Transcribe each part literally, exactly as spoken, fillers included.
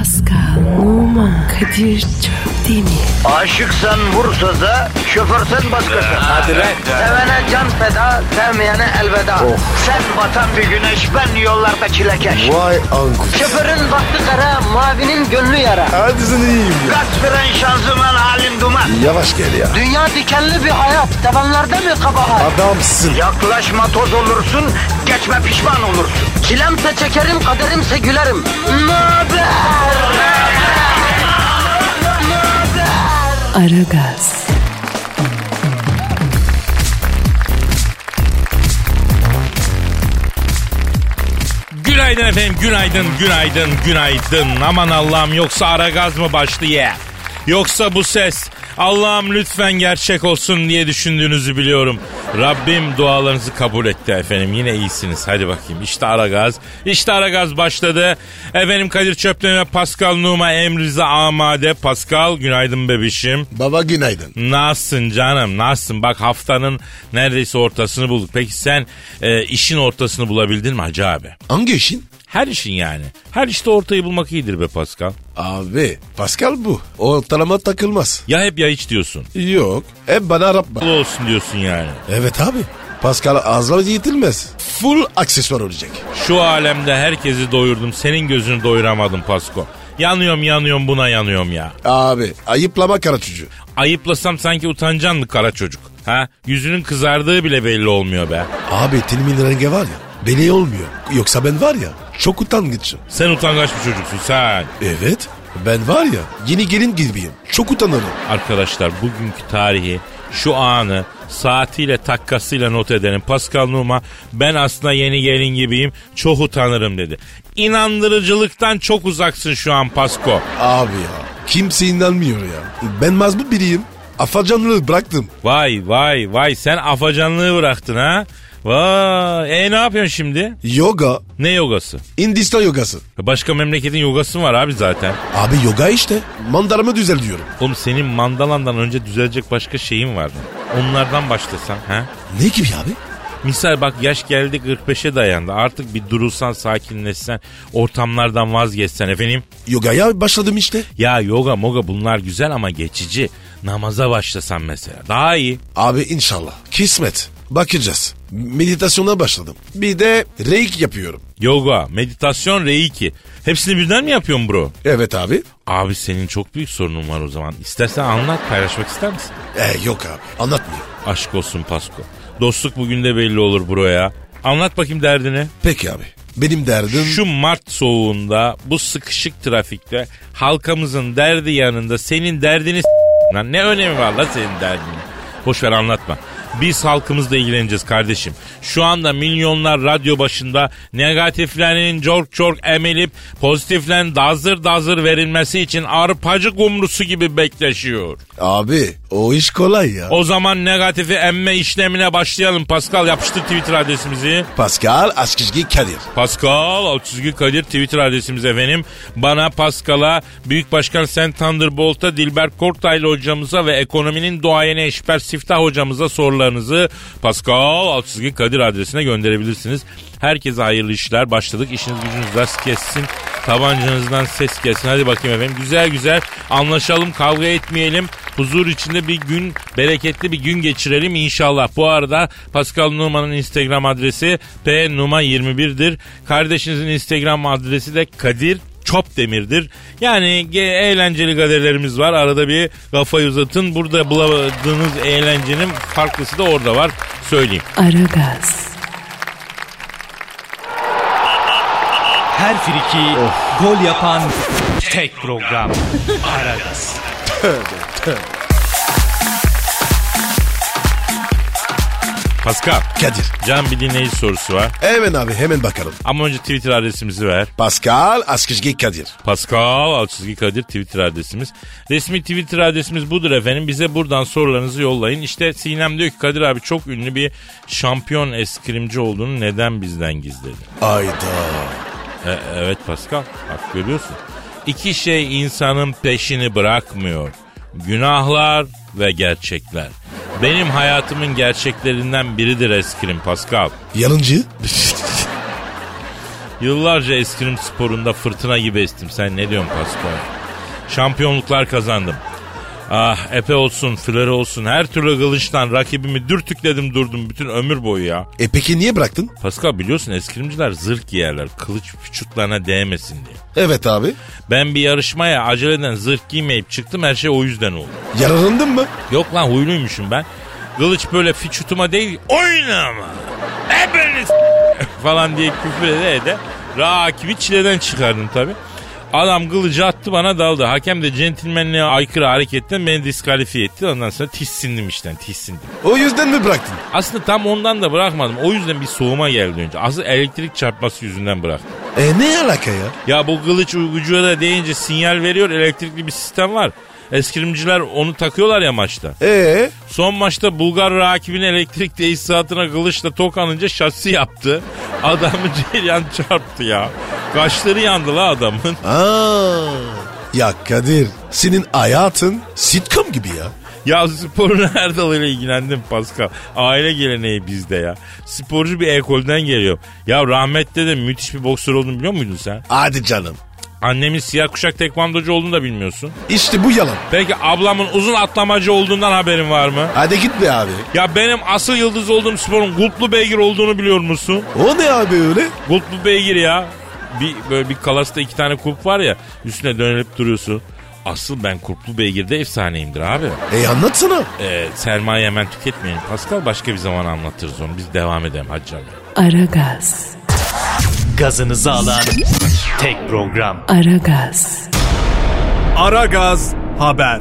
Pascal, Oman, Kadir çok değil mi? Aşıksan vursa da, şoförsen başkasın. Hadi lan. Sevene can feda, sevmeyene elveda. Oh. Sen batan bir güneş, ben yollarda çilekeş. Vay anku. Şoförün baktı kara, mavinin gönlü yara. Hadi sen iyiyim ya. Kasperen şanzıman halin duman. Yavaş gel ya. Dünya dikenli bir hayat, sevenlerde mi kabahar? Adamsın. Yaklaşma toz olursun, geçme pişman olursun. Çilemse çekerim, kaderimse gülerim. Möber! Aragaz. Günaydın efendim, günaydın, günaydın, günaydın. Aman Allah'ım, yoksa Aragaz mı başlıyor? Yoksa bu ses Allah'ım lütfen gerçek olsun diye düşündüğünüzü biliyorum. Rabbim dualarınızı kabul etti efendim. Yine iyisiniz. Hadi bakayım. İşte Aragaz. İşte Aragaz başladı. Efendim Kadir Çöpten ve Pascal Numa emrize amade. Pascal günaydın bebişim. Baba günaydın. Nasılsın canım? Nasılsın? Bak haftanın neredeyse ortasını bulduk. Peki sen e, işin ortasını bulabildin mi Hacı abi? Hangi işin? Her işin yani. Her işte ortayı bulmak iyidir be Pascal. Abi Pascal bu. Ortalama takılmaz. Ya hep ya hiç diyorsun. Yok. Hep bana Arap Bu olsun diyorsun yani. Evet abi. Pascal ağzına yetilmez. Full aksesuar olacak. Şu alemde herkesi doyurdum. Senin gözünü doyuramadım Pasko. Yanıyorum yanıyorum buna yanıyorum ya. Abi ayıplama kara çocuğu. Ayıplasam sanki utanacaksın mı kara çocuk? Ha? Yüzünün kızardığı bile belli olmuyor be. Abi tenimin rengi var ya. Belli olmuyor. Yoksa ben var ya çok utangaçım. Sen utangaç bir çocuksun sen. Evet. Ben var ya yeni gelin gibiyim. Çok utanırım. Arkadaşlar bugünkü tarihi, şu anı saatiyle takkasıyla not edelim. Pascal Numa ben aslında yeni gelin gibiyim, çok utanırım dedi. İnandırıcılıktan çok uzaksın şu an Pasko. Abi ya kimse inanmıyor ya. Ben mazbut biriyim. Afacanlığı bıraktım. Vay vay vay, sen afacanlığı bıraktın ha. Vay, e ne yapıyorsun şimdi? Yoga. Ne yogası? Hindistan yogası. Başka memleketin yogası mı var abi zaten? Abi yoga işte. Mandaramı düzel diyorum. Oğlum senin mandalandan önce düzelecek başka şeyin var. Onlardan başlasan ha? Ne gibi abi? Misal bak yaş geldi kırk beşe dayandı. Artık bir durulsan, sakinleşsen, ortamlardan vazgeçsen efendim. Yogaya başladım işte. Ya yoga moga bunlar güzel ama geçici. Namaza başlasan mesela daha iyi. Abi inşallah. Kismet. Bakacağız. Meditasyona başladım. Bir de reiki yapıyorum. Yoga, meditasyon, reiki. Hepsini birden mi yapıyorsun bro? Evet abi. Abi senin çok büyük sorunun var o zaman. İstersen anlat, paylaşmak ister misin? E yok abi anlatmıyor. Aşk olsun Pasko. Dostluk bugün de belli olur bro ya. Anlat bakayım derdini. Peki abi. Benim derdim... Şu Mart soğuğunda, bu sıkışık trafikte halkamızın derdi yanında senin derdini s***. Lan ne önemi var la senin derdinin? Boşver anlatma. Biz halkımızla ilgileneceğiz kardeşim. Şu anda milyonlar radyo başında negatiflerin çok çok emelip pozitiflerin dazır dazır verilmesi için arpacı kumrusu gibi bekleşiyor. Abi o iş kolay ya. O zaman negatifi emme işlemine başlayalım. Pascal yapıştır Twitter adresimizi. Pascal Askizgi Kadir. Pascal Askizgi Kadir Twitter adresimiz efendim. Bana, Pascal'a, Büyük Başkan Sen Thunderbolt'a, Dilber Kortaylı hocamıza ve ekonominin duayeni Eşber Siftah hocamıza sorularınızı Pascal Askizgi Kadir adresine gönderebilirsiniz. Herkese hayırlı işler. Başladık. İşiniz gücünüz rast kessin. Tabancanızdan ses gelsin. Hadi bakayım efendim. Güzel güzel anlaşalım, kavga etmeyelim. Huzur içinde bir gün, bereketli bir gün geçirelim inşallah. Bu arada Pascal Numa'nın Instagram adresi p numa yirmi bir'dir. Kardeşinizin Instagram adresi de Kadir Çopdemir'dir. Yani eğlenceli kaderlerimiz var. Arada bir kafayı uzatın. Burada bulamadığınız eğlencenin farklısı da orada var. Söyleyeyim. Aragaz. Her friki of. Gol yapan tek program. Aragaz. Tövbe tövbe. Pascal. Kadir. Can bir dinleyici sorusu var. Hemen abi hemen bakalım. Ama önce Twitter adresimizi ver. Pascal Askizgi Kadir. Pascal Askizgi Kadir Twitter adresimiz. Resmi Twitter adresimiz budur efendim. Bize buradan sorularınızı yollayın. İşte Sinem diyor ki Kadir abi çok ünlü bir şampiyon eskrimci olduğunu neden bizden gizledi? Ayda. E, evet Pascal, bak görüyorsun. İki şey insanın peşini bırakmıyor. Günahlar ve gerçekler. Benim hayatımın gerçeklerinden biridir eskrim Pascal. Yalıncı. Yıllarca eskrim sporunda fırtına gibi estim. Sen ne diyorsun Pascal? Şampiyonluklar kazandım. Ah epe olsun, flöre olsun her türlü kılıçtan rakibimi dürtükledim durdum bütün ömür boyu ya. E peki niye bıraktın? Pascal biliyorsun eskrimciler zırh giyerler kılıç vücutlarına değmesin diye. Evet abi. Ben bir yarışmaya aceleden zırh giymeyip çıktım her şey o yüzden oldu. Yaralandın mı? Yok lan huyluymuşum ben. Kılıç böyle fiçutuma değil oynama. Ebeniz falan diye küfür ede ede rakibi çileden çıkardım tabi. Adam kılıcı attı bana daldı. Hakem de centilmenliğe aykırı hareketten beni diskalifiye etti. Ondan sonra tissindim işten tissindim. O yüzden mi bıraktın? Aslında tam ondan da bırakmadım. O yüzden bir soğuma geldi önce. Asıl elektrik çarpması yüzünden bıraktım. E ne alaka ya? Ya bu kılıç uygucuya da değince sinyal veriyor. Elektrikli bir sistem var. Eskrimciler onu takıyorlar ya maçta. Ee? Son maçta Bulgar rakibin elektrik tesisatına kılıçla tokanınca şasi yaptı. Adamı cereyan çarptı ya. Kaşları yandı la adamın. Aa, ya Kadir senin hayatın sitcom gibi ya. Ya sporun her dalıyla ilgilendim Pascal. Aile geleneği bizde ya. Sporcu bir ekolden geliyor. Ya rahmetli de müthiş bir boksör olduğunu biliyor muydun sen? Hadi canım. Annemin siyah kuşak tekvandocu olduğunu da bilmiyorsun. İşte bu yalan. Peki ablamın uzun atlamacı olduğundan haberin var mı? Hadi git be abi. Ya benim asıl yıldız olduğum sporun Gulplu Beygir olduğunu biliyor musun? O ne abi öyle? Gulplu Beygir ya. Bir, böyle bir kalasta iki tane kulp var ya üstüne dönülüp duruyorsun. Asıl ben Kurtlu Beygir'de efsaneyimdir abi. E anlatsana. Ee, sermaye hemen tüketmeyelim Pascal, başka bir zaman anlatırız onu. Biz devam edelim hadi canım. Aragaz. Gazınızı alan tek program. Aragaz. Aragaz Haber.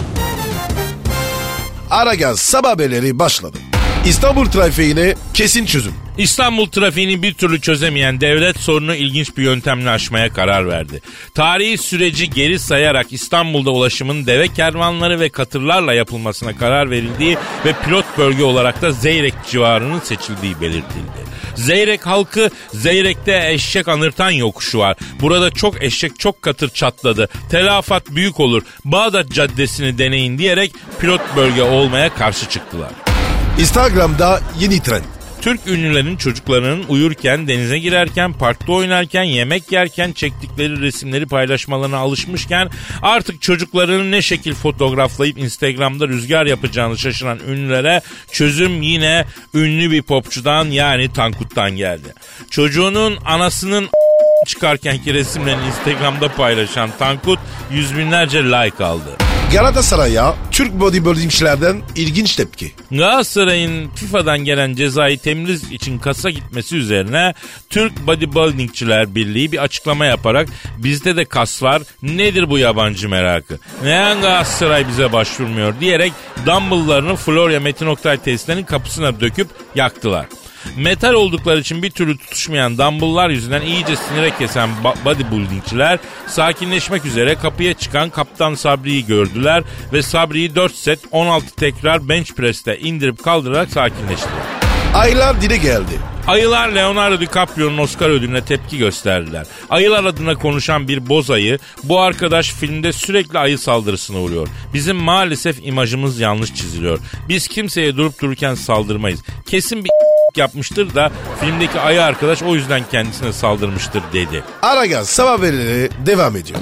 Aragaz sabah haberleri başladı. İstanbul trafiğine kesin çözüm. İstanbul trafiğini bir türlü çözemeyen devlet sorunu ilginç bir yöntemle aşmaya karar verdi. Tarihi süreci geri sayarak İstanbul'da ulaşımın deve kervanları ve katırlarla yapılmasına karar verildiği ve pilot bölge olarak da Zeyrek civarının seçildiği belirtildi. Zeyrek halkı, Zeyrek'te eşek anırtan yokuşu var. Burada çok eşek çok katır çatladı. Telafat büyük olur. Bağdat Caddesi'ni deneyin diyerek pilot bölge olmaya karşı çıktılar. Instagram'da yeni trend. Türk ünlülerin çocuklarının uyurken, denize girerken, parkta oynarken, yemek yerken çektikleri resimleri paylaşmalarına alışmışken artık çocuklarını ne şekil fotoğraflayıp Instagram'da rüzgar yapacağını şaşıran ünlülere çözüm yine ünlü bir popçudan yani Tankut'tan geldi. Çocuğunun anasının çıkarkenki resimlerini Instagram'da paylaşan Tankut yüz binlerce like aldı. Galatasaray'a Türk bodybuildingçilerden ilginç tepki. Galatasaray'ın FIFA'dan gelen cezayı temyiz için kasa gitmesi üzerine Türk Bodybuildingçiler Birliği bir açıklama yaparak bizde de kas var, nedir bu yabancı merakı? Neden Galatasaray bize başvurmuyor diyerek dumbbelllarını Florya Metin Oktay tesislerinin kapısına döküp yaktılar. Metal oldukları için bir türlü tutuşmayan dumbbelllar yüzünden iyice sinire kesen bodybuildingçiler sakinleşmek üzere kapıya çıkan Kaptan Sabri'yi gördüler ve Sabri'yi dört set on altı tekrar bench press'te indirip kaldırarak sakinleştiler. Aylar dile geldi. Ayılar Leonardo DiCaprio'nun Oscar ödülüne tepki gösterdiler. Ayılar adına konuşan bir boz ayı, bu arkadaş filmde sürekli ayı saldırısına uğruyor. Bizim maalesef imajımız yanlış çiziliyor. Biz kimseye durup dururken saldırmayız. Kesin bir yapmıştır da filmdeki ayı arkadaş o yüzden kendisine saldırmıştır dedi. Aragaz sabah haberleri devam ediyor.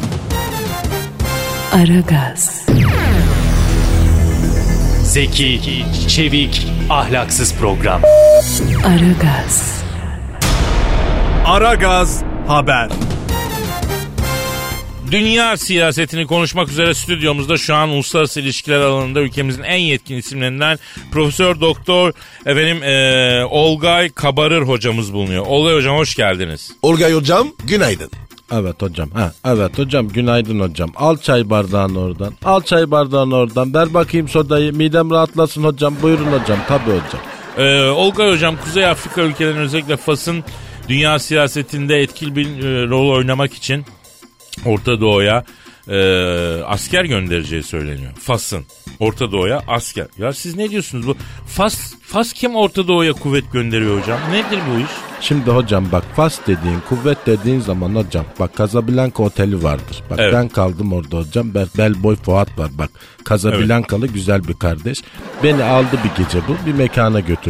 Aragaz. Zeki, çevik, ahlaksız program. Aragaz. Aragaz Haber. Dünya siyasetini konuşmak üzere stüdyomuzda şu an uluslararası ilişkiler alanında ülkemizin en yetkin isimlerinden Profesör Doktor efendim e, Olgay Kabarır hocamız bulunuyor. Olgay hocam hoş geldiniz. Olgay hocam günaydın. Evet hocam. Ha, evet hocam günaydın hocam. Al çay bardağını oradan. Al çay bardağını oradan. Ver bakayım sodayı. Midem rahatlasın hocam. Buyurun hocam. Tabii hocam. Ee, Olgay hocam Kuzey Afrika ülkelerinin özellikle Fas'ın dünya siyasetinde etkili bir e, rol oynamak için Orta Doğu'ya e, asker göndereceği söyleniyor. Fas'ın Orta Doğu'ya asker. Ya siz ne diyorsunuz bu? Fas, Fas kim Orta Doğu'ya kuvvet gönderiyor hocam? Nedir bu iş? Şimdi hocam bak Fas dediğin, kuvvet dediğin zaman hocam bak Casablanca oteli vardır. Bak evet. Ben kaldım orada hocam. Bel, Belboy Fuat var bak. Casablancalı evet. Güzel bir kardeş. Beni aldı bir gece bu bir mekana götürdü.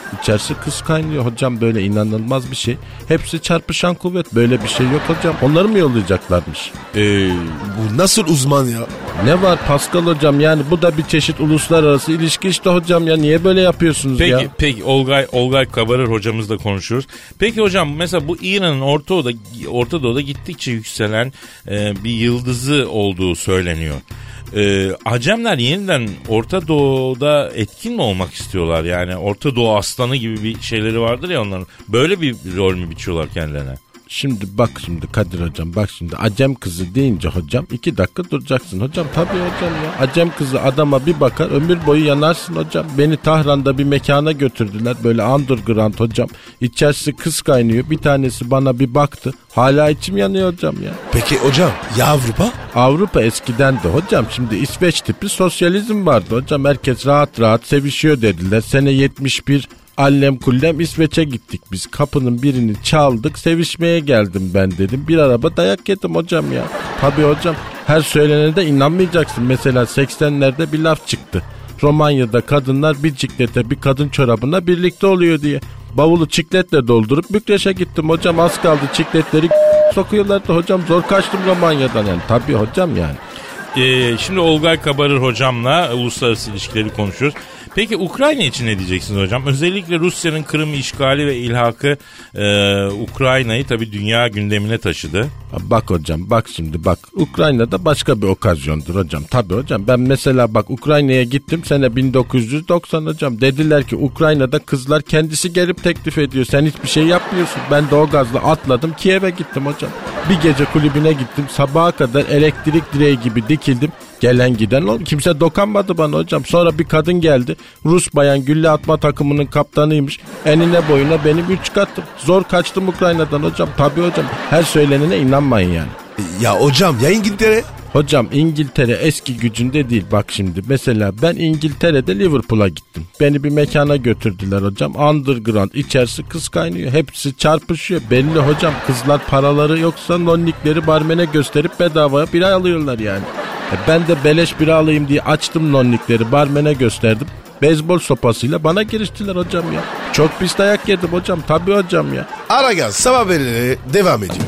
İçerisi kız kaynıyor hocam, böyle inanılmaz bir şey. Hepsi çarpışan kuvvet, böyle bir şey yok hocam. Onları mı yollayacaklarmış? Ee, bu nasıl uzman ya? Ne var Pascal hocam, yani bu da bir çeşit uluslararası ilişki işte hocam ya, niye böyle yapıyorsunuz peki, ya? Peki Olgay, Olgay Kabarır hocamızla konuşuyoruz. Peki hocam mesela bu İran'ın Orta Doğu'da, Orta Doğu'da gittikçe yükselen e, bir yıldızı olduğu söyleniyor. Ee, Acemler yeniden Orta Doğu'da etkin mi olmak istiyorlar? Yani Orta Doğu aslanı gibi bir şeyleri vardır ya onların. Böyle bir rol mü biçiyorlar kendilerine? Şimdi bak şimdi Kadir hocam, bak şimdi Acem kızı deyince hocam iki dakika duracaksın hocam. Tabii hocam ya, Acem kızı adama bir bakar ömür boyu yanarsın hocam. Beni Tahran'da bir mekana götürdüler, böyle underground hocam. İçerisi kız kaynıyor, bir tanesi bana bir baktı, hala içim yanıyor hocam ya. Peki hocam ya Avrupa? Avrupa eskiden de hocam, şimdi İsveç tipi sosyalizm vardı hocam. Herkes rahat rahat sevişiyor dediler. Sene yetmiş bir allem kullem İsveç'e gittik biz. Kapının birini çaldık, sevişmeye geldim ben dedim. Bir araba dayak yedim hocam ya. Tabii hocam, her söylenene de inanmayacaksın. Mesela seksenlerde bir laf çıktı. Romanya'da kadınlar bir ciklete bir kadın çorabına birlikte oluyor diye. Bavulu çikletle doldurup Bükreş'e gittim hocam. Az kaldı çikletleri sokuyorlardı hocam. Zor kaçtım Romanya'dan yani. Tabii hocam yani. Ee, şimdi Olgay Kabarır hocamla uluslararası ilişkileri konuşuyoruz. Peki Ukrayna için ne diyeceksiniz hocam? Özellikle Rusya'nın Kırım işgali ve ilhakı e, Ukrayna'yı tabii dünya gündemine taşıdı. Bak hocam, bak şimdi bak, Ukrayna'da başka bir okazyondur hocam. Tabii hocam, ben mesela bak Ukrayna'ya gittim sene bin dokuz yüz doksan hocam. Dediler ki Ukrayna'da kızlar kendisi gelip teklif ediyor, sen hiçbir şey yapmıyorsun. Ben de o gazla atladım, Kiev'e gittim hocam. Bir gece kulübüne gittim, sabaha kadar elektrik direği gibi dikildim. Gelen giden oldu, kimse dokanmadı bana hocam. Sonra bir kadın geldi, Rus bayan gülle atma takımının kaptanıymış. Enine boyuna benim üç katım. Zor kaçtım Ukrayna'dan hocam. Tabii hocam, her söylenene inanmayın yani. Ya hocam ya İngiltere? Hocam İngiltere eski gücünde değil. Bak şimdi mesela ben İngiltere'de Liverpool'a gittim. Beni bir mekana götürdüler hocam. Underground, içerisi kız kaynıyor. Hepsi çarpışıyor. Belli hocam, kızlar paraları yoksa nonnikleri barmene gösterip bedavaya bira alıyorlar yani. E ben de beleş bira alayım diye açtım nonnikleri, barmene gösterdim. Beyzbol sopasıyla bana giriştiler hocam ya. Çok pis dayak yedim hocam. Tabii hocam ya. Aragaz sabah haberleri devam ediyor.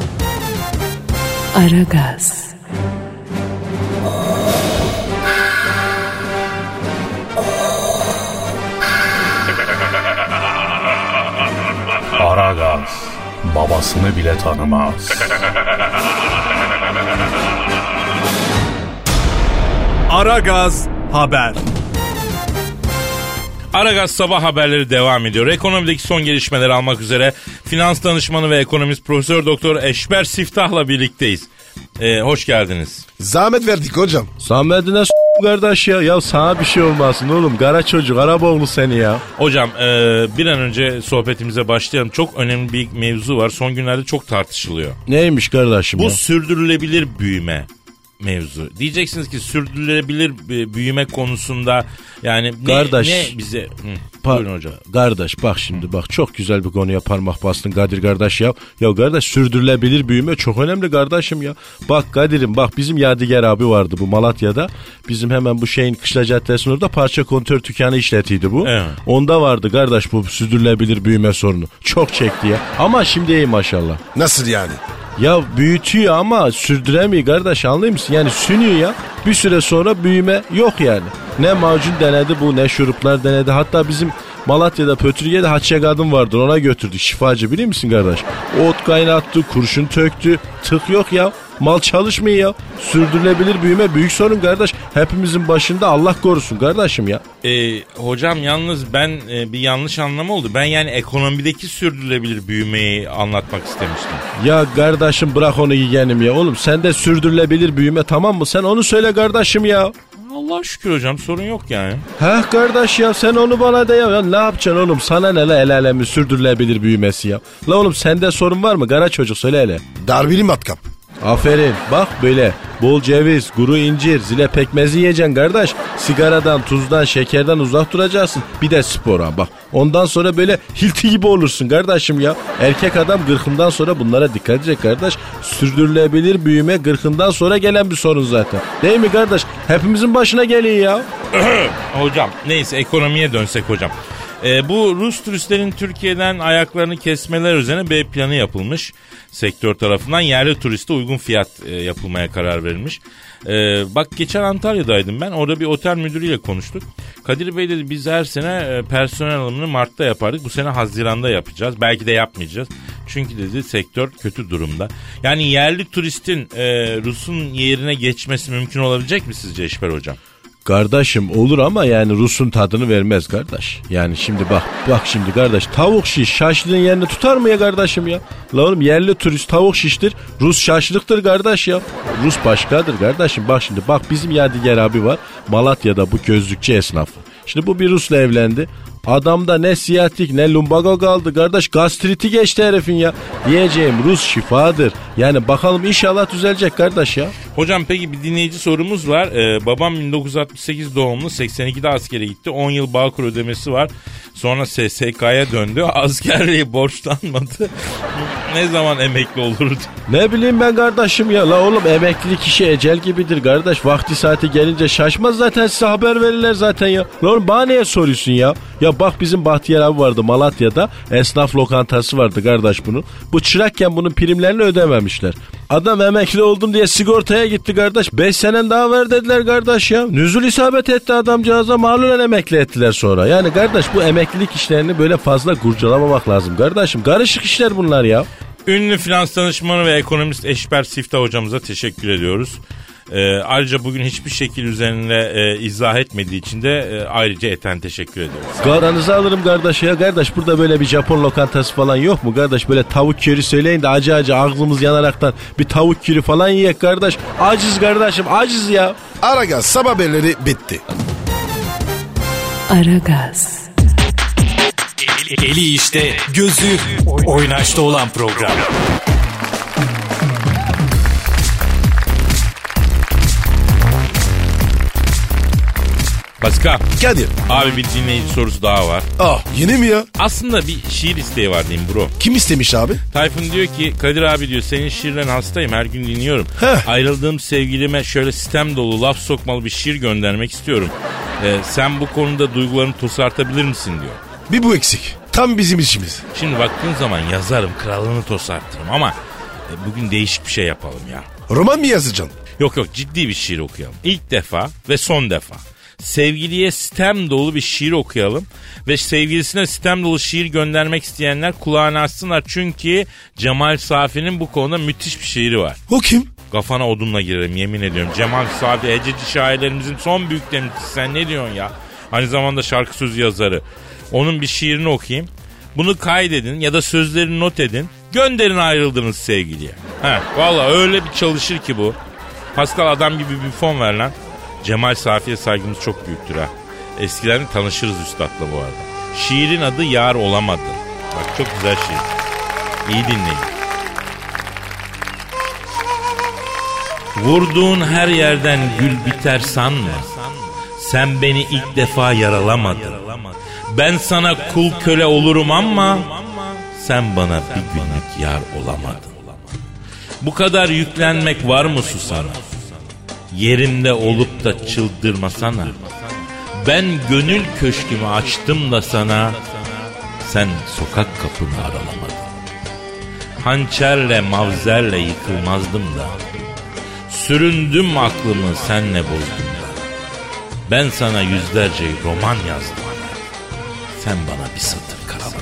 Aragaz. Aragaz babasını bile tanımaz. Aragaz haber. Aragaz sabah haberleri devam ediyor. Ekonomideki son gelişmeleri almak üzere finans danışmanı ve ekonomist Profesör Doktor Eşber Siftah'la birlikteyiz. Ee, hoş geldiniz. Zahmet verdik hocam. Zahmetine s*** kardeş ya. Ya sana bir şey olmasın oğlum. Kara çocuk, Araboğlu seni ya. Hocam e, bir an önce sohbetimize başlayalım. Çok önemli bir mevzu var. Son günlerde çok tartışılıyor. Neymiş kardeşim Bu ya? sürdürülebilir büyüme mevzu. Diyeceksiniz ki sürdürülebilir büyüme konusunda yani ne, kardeş, ne bize... Hı, pa- buyurun hocam. Kardeş bak şimdi bak, çok güzel bir konuya parmak bastın Kadir kardeş ya. Ya kardeş, sürdürülebilir büyüme çok önemli kardeşim ya. Bak Kadir'im bak, bizim Yadigar abi vardı bu Malatya'da. Bizim hemen bu şeyin Kışla Caddesi'nin orada parça kontör dükkanı işletiydi bu. Evet. Onda vardı kardeş bu sürdürülebilir büyüme sorunu. Çok çekti ya. Ama şimdi iyi maşallah. Nasıl yani? Ya büyütüyor ama sürdüremiyor kardeş, anlıyor musun? Yani sünüyor ya, bir süre sonra büyüme yok yani. Ne macun denedi bu, ne şuruplar denedi. Hatta bizim Malatya'da Pötürge'de Hatice kadın vardır, ona götürdük, şifacı biliyor musun kardeş? Ot kaynattı, kurşun töktü, tık yok ya. Mal çalışmıyor ya. Sürdürülebilir büyüme büyük sorun kardeş. Hepimizin başında, Allah korusun kardeşim ya. Ee, hocam yalnız ben e, bir yanlış anlama oldu. Ben yani ekonomideki sürdürülebilir büyümeyi anlatmak istemiştim. Ya kardeşim bırak onu yeğenim ya. Oğlum sen de sürdürülebilir büyüme, tamam mı? Sen onu söyle kardeşim ya. Allah'a şükür hocam, sorun yok yani. Heh kardeş ya, sen onu bana de ya. Ya ne yapacaksın oğlum? Sana ne la el alemi sürdürülebilir büyümesi ya. La oğlum sende sorun var mı? Kara çocuk söyle hele. Darbeli matkap. Aferin, bak böyle bol ceviz, kuru incir, zile pekmezi yiyeceksin kardeş. Sigaradan, tuzdan, şekerden uzak duracaksın. Bir de spora bak. Ondan sonra böyle hilti gibi olursun kardeşim ya. Erkek adam gırkından sonra bunlara dikkat edecek kardeş. Sürdürülebilir büyüme gırkından sonra gelen bir sorun zaten. Değil mi kardeş? Hepimizin başına geliyor ya. Hocam neyse, ekonomiye dönsek hocam. E, bu Rus turistlerin Türkiye'den ayaklarını kesmeler üzerine B planı yapılmış. Sektör tarafından yerli turiste uygun fiyat e, yapılmaya karar verilmiş. E, bak geçen Antalya'daydım ben. Orada bir otel müdürüyle konuştuk. Kadir Bey dedi biz her sene e, personel alımını Mart'ta yapardık. Bu sene Haziran'da yapacağız. Belki de yapmayacağız. Çünkü dedi sektör kötü durumda. Yani yerli turistin e, Rus'un yerine geçmesi mümkün olabilecek mi sizce Eşber Hocam? Kardeşim olur ama yani Rus'un tadını vermez kardeş. Yani şimdi bak bak şimdi kardeş tavuk şiş şaşlığın yerini tutar mı ya kardeşim ya? La oğlum yerli turist tavuk şiştir, Rus şaşlıktır kardeş ya. Rus başkadır kardeşim. Bak şimdi bak bizim Yadigar abi var Malatya'da bu gözlükçü esnafı. Şimdi bu bir Rus'la evlendi. Adamda ne siyatik ne lumbago kaldı kardeş, gastriti geçti herifin ya. Diyeceğim Rus şifadır. Yani bakalım inşallah düzelecek kardeş ya. Hocam peki bir dinleyici sorumuz var. Ee, babam bin dokuz yüz altmış sekiz doğumlu, seksen ikide askere gitti. on yıl Bağkur ödemesi var. Sonra S S K'ya döndü. Askerliği borçlanmadı. Ne zaman emekli olurdu? Ne bileyim ben kardeşim ya. La oğlum emeklilik işi ecel gibidir kardeş. Vakti saati gelince şaşmaz zaten, size haber verirler zaten ya. La oğlum bana niye soruyorsun ya? Ya bak bizim Bahtiyar abi vardı Malatya'da. Esnaf lokantası vardı kardeş bunun. Bu çırakken bunun primlerini ödememişler. Adam emekli oldum diye sigortaya gitti kardeş. Beş senen daha ver dediler kardeş ya. Nüzul isabet etti adamcağıza, malulen emekli ettiler sonra. Yani kardeş bu emeklilik işlerini böyle fazla kurcalamamak lazım kardeşim. Karışık işler bunlar ya. Ünlü finans danışmanı ve ekonomist Eşber Siftah hocamıza teşekkür ediyoruz. Ee, ayrıca bugün hiçbir şekil üzerinde e, izah etmediği için de e, ayrıca eten teşekkür ediyoruz. Garanızı alırım kardeş ya. Kardeş burada böyle bir Japon lokantası falan yok mu kardeş? Böyle tavuk köri söyleyin de acı acı ağzımız yanaraktan bir tavuk köri falan yiyek kardeş. Aciz kardeşim, aciz ya. Aragaz sabah haberleri bitti. Aragaz. Eli, eli işte, gözü oynaşta olan program. Pascal. Kadir. Abi bir dinleyici sorusu daha var. Ah yeni mi ya? Aslında bir şiir isteği var diyeyim bro. Kim istemiş abi? Tayfun diyor ki Kadir abi diyor senin şiirlerin hastayım, her gün dinliyorum. Heh. Ayrıldığım sevgilime şöyle sistem dolu laf sokmalı bir şiir göndermek istiyorum. Ee, sen bu konuda duygularını tosartabilir misin diyor. Bir bu eksik. Tam bizim işimiz. Şimdi baktığın zaman yazarım, kralını tosartırım ama e, bugün değişik bir şey yapalım ya. Roman mı yazacaksın? Yok yok, ciddi bir şiir okuyalım. İlk defa ve son defa. Sevgiliye sitem dolu bir şiir okuyalım ve sevgilisine sitem dolu şiir göndermek isteyenler kulağını açsınlar. Çünkü Cemal Safi'nin bu konuda müthiş bir şiiri var. O kim? Kafana odunla girerim yemin ediyorum. Cemal Safi Ececi şairlerimizin son büyük temsilcisi, sen ne diyorsun ya? Aynı zamanda şarkı sözü yazarı. Onun bir şiirini okuyayım. Bunu kaydedin ya da sözlerini not edin. Gönderin ayrıldığınız sevgiliye. He, valla öyle bir çalışır ki bu. Pascal adam gibi bir fon ver lan. Cemal Safi'ye saygımız çok büyüktür ha. Eskiden tanışırız üstadla bu arada. Şiirin adı Yar Olamadı. Bak çok güzel şiir. İyi dinleyin. Vurduğun her yerden gül biter sanma. Sen beni ilk defa yaralamadın. Ben sana kul köle olurum ama sen bana bir günlük yar olamadın. Bu kadar yüklenmek var mı susana? Yerimde olup da çıldırmasana. Ben gönül köşkümü açtım da sana, sen sokak kapını aralamadın. Hançerle mavzerle yıkılmazdım da, süründüm aklımı senle bozdum da. Ben sana yüzlerce roman yazdım da, sen bana bir satır karamadın.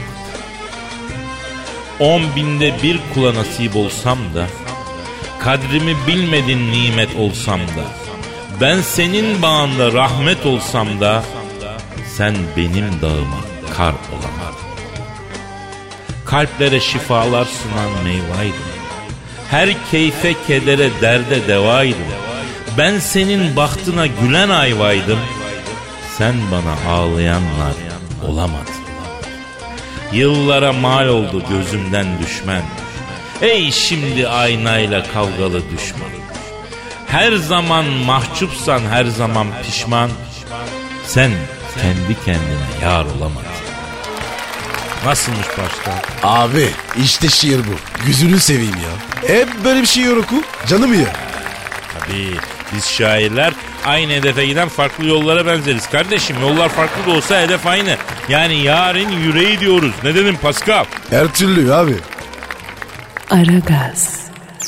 On binde bir kula nasip olsam da, kadrimi bilmedin nimet olsam da, ben senin bağında rahmet olsam da, sen benim dağıma kar olamadın. Kalplere şifalar sunan meyvaydım. Her keyfe kedere derde devaydım. Ben senin bahtına gülen ayvaydım. Sen bana ağlayanlar olamadın. Yıllara mal oldu gözümden düşmen. Ey şimdi aynayla kavgalı düşman. Her zaman mahcupsan, her zaman pişman. Sen kendi kendine yar olamadın. Nasılmış başta? Abi işte şiir bu. Gözünü seveyim ya. Hep böyle bir şiir oku. Canım ya. Tabii biz şairler aynı hedefe giden farklı yollara benzeriz kardeşim. Yollar farklı da olsa hedef aynı. Yani yarın yüreği diyoruz. Ne dedim Pascal? Her türlü abi. Aragaz.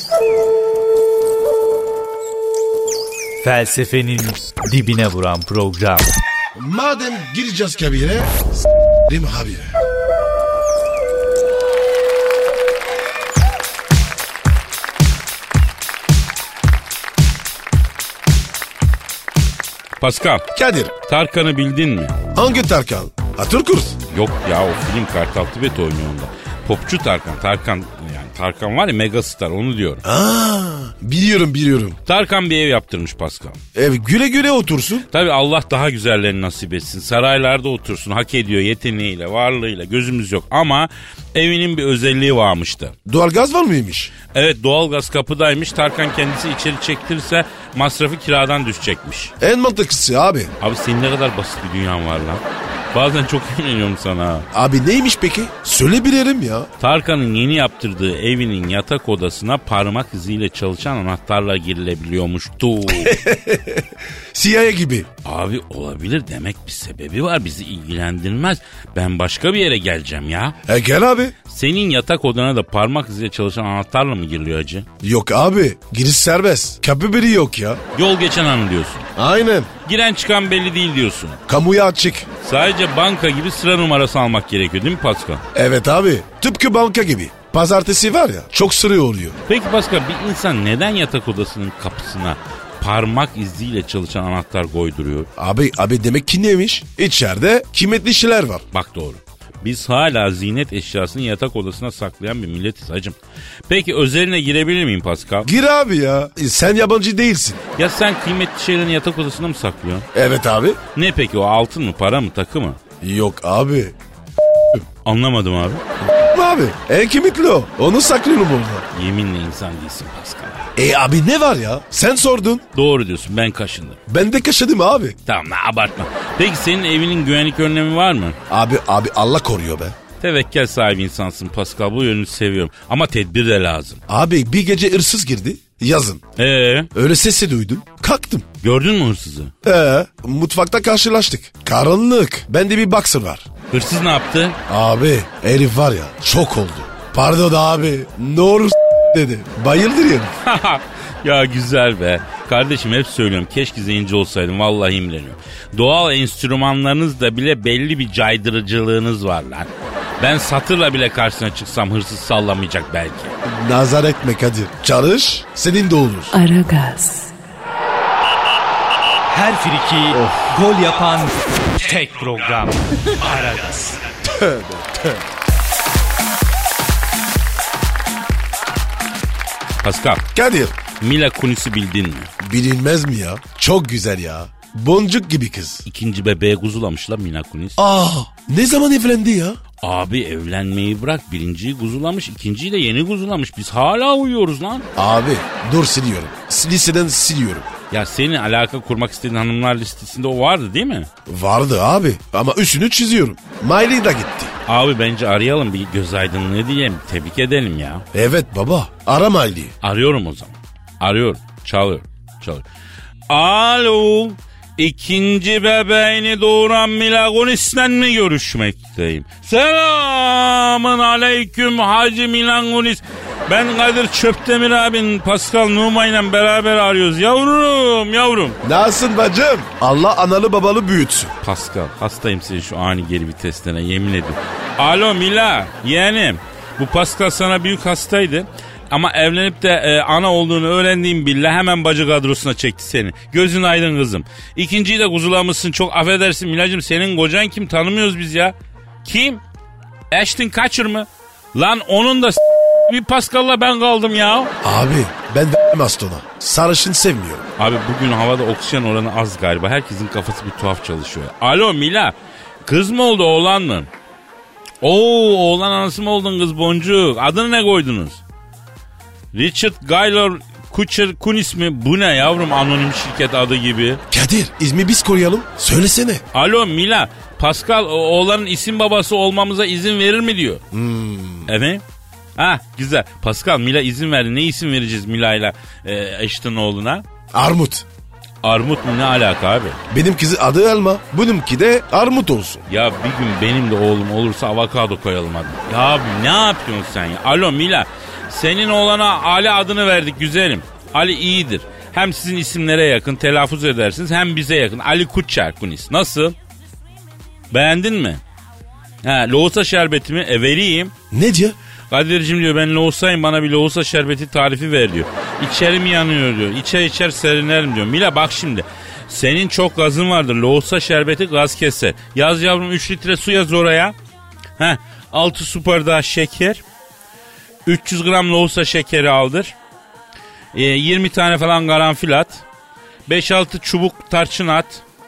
Felsefenin dibine vuran program. Madem gireceğiz kabire, s***rim abi. Pascal, Kadir, Tarkan'ı bildin mi? hangi Tarkan? Atatürk. Yok ya, o film Kartal Tibet oynuyor onda. Popçu Tarkan. Tarkan yani Tarkan var ya, megastar, onu diyorum. Aa, biliyorum biliyorum. Tarkan bir ev yaptırmış Pascal. Ev güle güle otursun. Tabii Allah daha güzellerini nasip etsin. Saraylarda otursun, hak ediyor yeteneğiyle, varlığıyla, gözümüz yok. Ama evinin bir özelliği varmıştı. Doğalgaz var mıymış? Evet, doğalgaz kapıdaymış. Tarkan kendisi içeri çektirirse masrafı kiradan düşecekmiş. En mantıklısı abi. Abi senin ne kadar basit bir dünyan var lan. Bazen çok inanıyorum sana. Abi neymiş peki? Söyle bilerim ya. Tarkan'ın yeni yaptırdığı evinin yatak odasına parmak iziyle çalışan anahtarla girilebiliyormuştu. C I A gibi. Abi olabilir, demek bir sebebi var, bizi ilgilendirmez. Ben başka bir yere geleceğim ya. E gel abi. Senin yatak odana da parmak iziyle çalışan anahtarla mı giriliyor hacı? Yok abi. Giriş serbest. Kapı biri yok ya. Yol geçen anı diyorsun. Aynen. Giren çıkan belli değil diyorsun. Kamuya açık. Sadece banka gibi sıra numarası almak gerekiyor değil mi Pascal? Evet abi. Tıpkı banka gibi. Pazartesi var ya, çok sıra oluyor. Peki Pascal, bir insan neden yatak odasının kapısına parmak iziyle çalışan anahtar koyduruyor? Abi abi demek ki neymiş? İçeride kıymetli şeyler var. Bak doğru. Biz hala ziynet eşyasını yatak odasına saklayan bir milletiz hacım. Peki özeline girebilir miyim Pascal? Gir abi ya. E, sen yabancı değilsin. Ya sen kıymetli şeylerini yatak odasına mı saklıyorsun? Evet abi. Ne peki, o altın mı, para mı, takı mı? Yok abi. Anlamadım abi. Abi en kıymetli o. Onu saklıyorum orada. Yeminle insan değilsin Pascal. E abi ne var ya? Sen sordun. Doğru diyorsun, ben kaşındım. Ben de kaşıdım abi. Tamam, abartma. Peki senin evinin güvenlik önlemi var mı? Abi abi Allah koruyor be. Tevekkel sahibi insansın Pascal, bu yönünü seviyorum. Ama tedbir de lazım. Abi bir gece hırsız girdi. Yazın. Ee, Öyle sesi duydum. Kalktım. gördün mü hırsızı? Ee, mutfakta karşılaştık. Karanlık. Bende bir boxer var. Hırsız ne yaptı? Abi herif var ya çok oldu. Pardon abi ne olur dedi. Bayıldır yani. Ya güzel be. Kardeşim hep söylüyorum, keşke zenci olsaydım, vallahi imreniyorum. Doğal enstrümanlarınızda bile belli bir caydırıcılığınız var lan. Ben satırla bile karşısına çıksam hırsız sallamayacak belki. Nazar etme Kadir. Çalış senin de olur. Aragaz. Her friki gol yapan tek program. Aragaz. Pascal, Kadir Mila Kunis'i bildin mi? bilinmez mi ya? Çok güzel ya. Boncuk gibi kız. İkinci bebeğe kuzulamış lan Mila Kunis. Aa ne zaman evlendi ya? Abi evlenmeyi bırak, birinciyi kuzulamış, ikinciyi de yeni kuzulamış. Biz hala uyuyoruz lan. Abi dur siliyorum. Liseden siliyorum. Ya senin alaka kurmak istediğin hanımlar listesinde o vardı değil mi? Vardı abi ama üstünü çiziyorum. Miley da gitti. Abi bence arayalım, bir göz aydınlığı diyelim, tebrik edelim ya. Evet baba ara Miley'i. Arıyorum o zaman. Arıyorum. Çalıyor. Çalıyor. Alo. İkinci bebeğini doğuran Mila Kunis'le mi görüşmekteyim? Selamın aleyküm Hacı Mila Kunis. Ben Kadir Çöptemir abin Pascal Numa ile beraber arıyoruz. Yavrum yavrum. Nasılsın bacım? Allah analı babalı büyütsün. Pascal, hastayım senin şu ani geri viteslerine, yemin ediyorum. Alo Mila, yeğenim. Bu Pascal sana büyük hastaydı. Ama evlenip de e, ana olduğunu öğrendiğim billah hemen bacı kadrosuna çekti seni. Gözün aydın kızım. İkinciyi de kuzulamışsın, çok affedersin Milacığım. Senin kocan kim, tanımıyoruz biz ya. Kim? Ashton Kutcher mı? Lan onun da s- bir Pascal'la ben kaldım ya. Abi ben v***im astona. Sarışın sevmiyorum. Abi bugün havada oksijen oranı az galiba. Herkesin kafası bir tuhaf çalışıyor. Alo Mila. Kız mı oldu, oğlan mı? Oo, oğlan anası mı oldun kız boncuk? Adını ne koydunuz? Richard Gaylor Kutcher Kunis mi? Bu ne yavrum, anonim şirket adı gibi. Kadir ismi biz koruyalım. Söylesene. Alo Mila. Pascal oğlanın isim babası olmamıza izin verir mi diyor. Hmm. Evet. Ha güzel. Pascal, Mila izin verdi. Ne isim vereceğiz Mila'yla e, Ashton oğluna? Armut. Armut mu, ne alaka abi? Benim kızı adı Elma. Benimki de armut olsun. Ya bir gün benim de oğlum olursa avokado koyalım hadi. Ya abi ne yapıyorsun sen ya? Alo Mila, senin oğlana Ali adını verdik güzelim. Ali iyidir. Hem sizin isimlere yakın, telaffuz edersiniz, hem bize yakın. Ali Kutçarkunis. Nasıl? Beğendin mi? Ha, lohusa şerbeti mi? E vereyim. Ne diyor? Kadir'cim diyor, ben lohusayım, bana bir lohusa şerbeti tarifi ver diyor. İçerim yanıyor diyor. İçer içer serinlerim diyor. Mila bak şimdi. Senin çok gazın vardır. Lohusa şerbeti gaz keser. Yaz yavrum, üç litre su yaz oraya. Heh, altı su bardağı şeker. üç yüz gram lohusa şekeri aldır. E, yirmi tane falan karanfil at. beş altı çubuk tarçın at.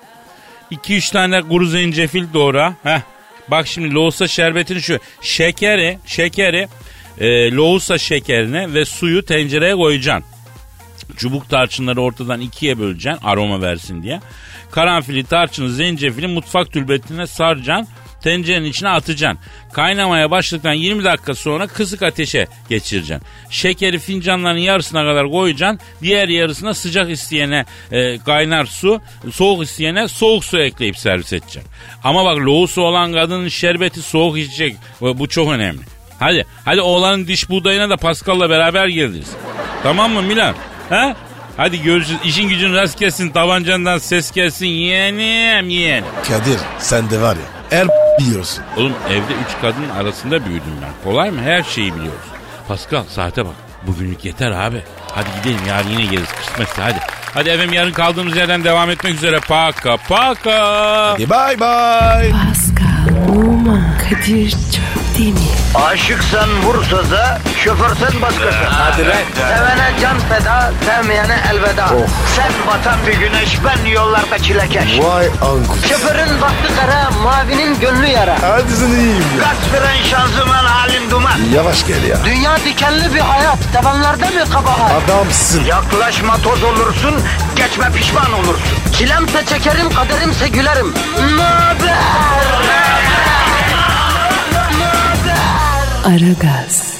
iki üç tane kuru zencefil doğra. Heh. Bak şimdi lohusa şerbetini şu şekeri, şekeri, e, lohusa şekerini ve suyu tencereye koyacaksın. Çubuk tarçınları ortadan ikiye böleceksin aroma versin diye. Karanfili, tarçını, zencefili mutfak tülbetine saracaksın. Tencerenin içine atacaksın. Kaynamaya başladıktan yirmi dakika sonra kısık ateşe geçireceksin. Şekeri fincanların yarısına kadar koyacaksın. Diğer yarısına sıcak isteyene e, kaynar su, soğuk isteyene soğuk su ekleyip servis edeceksin. Ama bak lohusa olan kadının şerbeti soğuk içecek. Bu çok önemli. Hadi, hadi oğlanın diş buğdayına da Pascal'la beraber gireriz. Tamam mı Milan? Ha? Hadi görüşürüz. İşin gücün rast gelsin. Tabancandan ses gelsin. Yeğenim yeğenim. Kadir sen de var ya er biliyorsun. Oğlum evde üç kadının arasında büyüdüm ben. Kolay mı? Her şeyi biliyoruz. Pascal saate bak. Bugünlük yeter abi. Hadi gidelim, yarın yine geliriz. Kısmetse hadi. Hadi efendim, yarın kaldığımız yerden devam etmek üzere. Paka paka. Hadi bye bye. Pascal, Oman, Kadir çok değil mi? Aşıksan vursa da, şoförsen başkasın. Hadi lan. Sevene can feda, sevmeyene elveda. Sen batan bir güneş, ben yollarda çilekeş. Vay anku. Şoförün baktı kara, mavinin gönlü yara. Hadi sen iyiyim ya. Kasperen şanzıman halin duman. Yavaş gel ya. Dünya dikenli bir hayat, sevenlerde mi kabahar? Adamsın. Yaklaşma toz olursun, geçme pişman olursun. Çilemse çekerim, kaderimse gülerim. Möber! Aragaz.